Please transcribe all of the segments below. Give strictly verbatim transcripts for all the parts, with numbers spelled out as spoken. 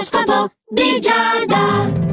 L'oroscopo di Giada.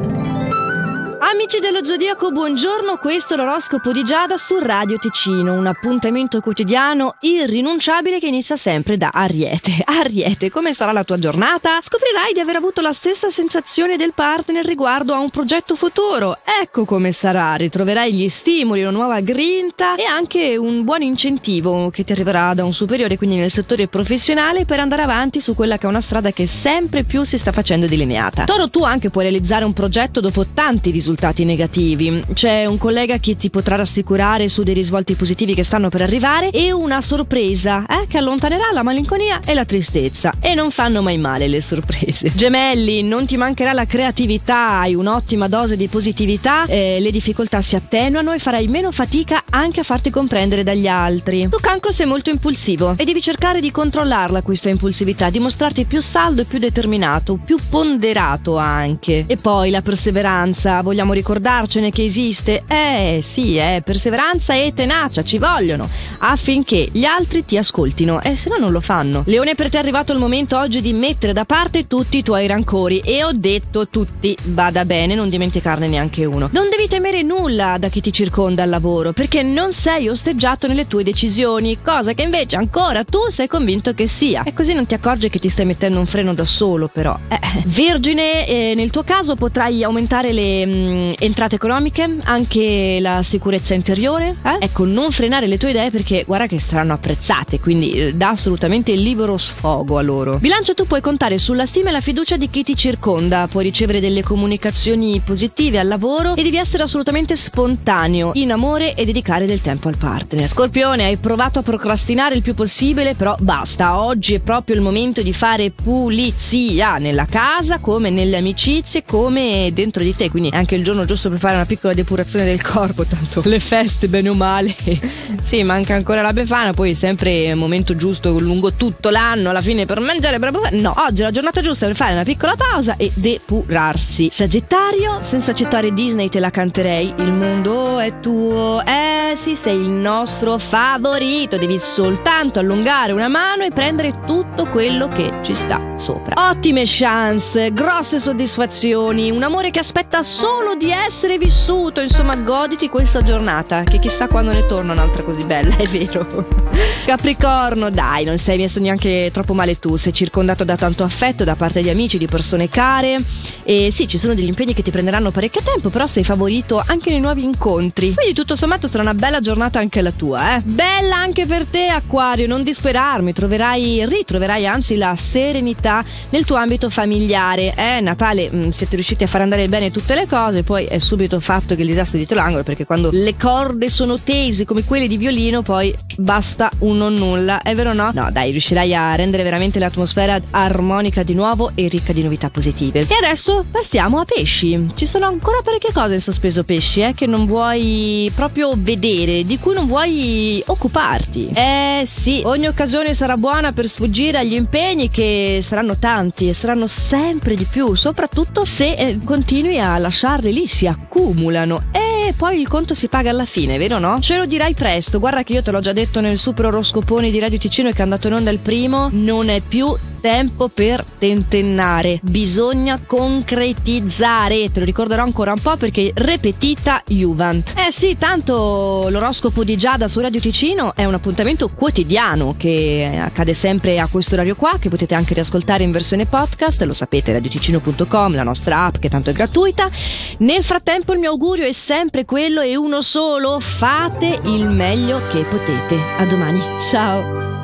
Amici dello Zodiaco, buongiorno, questo è l'oroscopo di Giada su Radio Ticino, un appuntamento quotidiano irrinunciabile che inizia sempre da Ariete. Ariete, come sarà la tua giornata? Scoprirai di aver avuto la stessa sensazione del partner riguardo a un progetto futuro. Ecco come sarà, ritroverai gli stimoli, una nuova grinta e anche un buon incentivo che ti arriverà da un superiore, quindi nel settore professionale, per andare avanti su quella che è una strada che sempre più si sta facendo delineata. Toro, tu anche puoi realizzare un progetto dopo tanti risultati negativi. C'è un collega che ti potrà rassicurare su dei risvolti positivi che stanno per arrivare e una sorpresa eh, che allontanerà la malinconia e la tristezza, e non fanno mai male le sorprese. Gemelli, non ti mancherà la creatività, hai un'ottima dose di positività, eh, le difficoltà si attenuano e farai meno fatica anche a farti comprendere dagli altri. Tu, Cancro, sei molto impulsivo e devi cercare di controllarla questa impulsività, dimostrarti più saldo e più determinato, più ponderato anche. E poi la perseveranza, vogliamo ricordarcene che esiste? Eh sì, eh, perseveranza e tenacia ci vogliono affinché gli altri ti ascoltino, e eh, se no non lo fanno. Leone, per te è arrivato il momento oggi di mettere da parte tutti i tuoi rancori, e ho detto tutti, vada bene, non dimenticarne neanche uno. Non devi temere nulla da chi ti circonda al lavoro, perché non sei osteggiato nelle tue decisioni, cosa che invece ancora tu sei convinto che sia, e così non ti accorgi che ti stai mettendo un freno da solo. Però eh. Vergine, eh, nel tuo caso potrai aumentare le mh, entrate economiche, anche la sicurezza interiore, eh? Ecco, non frenare le tue idee, perché guarda che saranno apprezzate, quindi eh, dà assolutamente il libero sfogo a loro. Bilancia, tu puoi contare sulla stima e la fiducia di chi ti circonda, puoi ricevere delle comunicazioni positive al lavoro e devi essere assolutamente spontaneo in amore e dedicare del tempo al partner. Scorpione, hai provato a procrastinare il più possibile, però basta, oggi è proprio il momento di fare pulizia nella casa, come nelle amicizie, come dentro di te, quindi anche il giorno giusto per fare una piccola depurazione del corpo, tanto le feste bene o male sì, manca ancora la Befana, poi sempre il momento giusto lungo tutto l'anno alla fine per mangiare bravo. No, oggi è la giornata giusta per fare una piccola pausa e depurarsi. Sagittario, senza accettare Disney te la canterei, il mondo è tuo, eh sì, sei il nostro favorito, devi soltanto allungare una mano e prendere tutto quello che ci sta sopra. Ottime chance, grosse soddisfazioni, un amore che aspetta solo di essere vissuto, insomma goditi questa giornata, che chissà quando ne torna un'altra così bella, è vero. Capricorno, dai, non sei messo neanche troppo male tu, sei circondato da tanto affetto da parte di amici, di persone care, e sì, ci sono degli impegni che ti prenderanno parecchio tempo, però sei favorito anche nei nuovi incontri, quindi tutto sommato sarà una bella giornata anche la tua, eh. Bella anche per te, Acquario, non disperarmi, troverai, ritroverai anzi la serenità nel tuo ambito familiare, eh. Natale, mh, siete riusciti a far andare bene tutte le cose, poi è subito fatto che il disastro è dietro l'angolo, perché quando le corde sono tese come quelle di violino poi basta un non nulla, è vero o no? No, dai, riuscirai a rendere veramente l'atmosfera armonica di nuovo e ricca di novità positive. E adesso passiamo a Pesci. Ci sono ancora parecchie cose in sospeso, Pesci, eh, che non vuoi proprio vedere, di cui non vuoi occuparti. Eh sì, ogni occasione sarà buona per sfuggire agli impegni, che saranno tanti e saranno sempre di più, soprattutto se eh, continui a lasciarli lì, si accumulano e poi il conto si paga alla fine, vero no? Ce lo dirai presto, guarda che io te l'ho già detto nel super oroscopone di Radio Ticino che è andato in onda il primo, non è più tempo per tentennare, bisogna concretizzare, te lo ricorderò ancora un po' perché repetita iuvant. Eh sì, tanto l'oroscopo di Giada su Radio Ticino è un appuntamento quotidiano che accade sempre a questo orario qua, che potete anche riascoltare in versione podcast, lo sapete, radioticino punto com, la nostra app che tanto è gratuita. Nel frattempo il mio augurio è sempre quello e uno solo: fate il meglio che potete. A domani, ciao!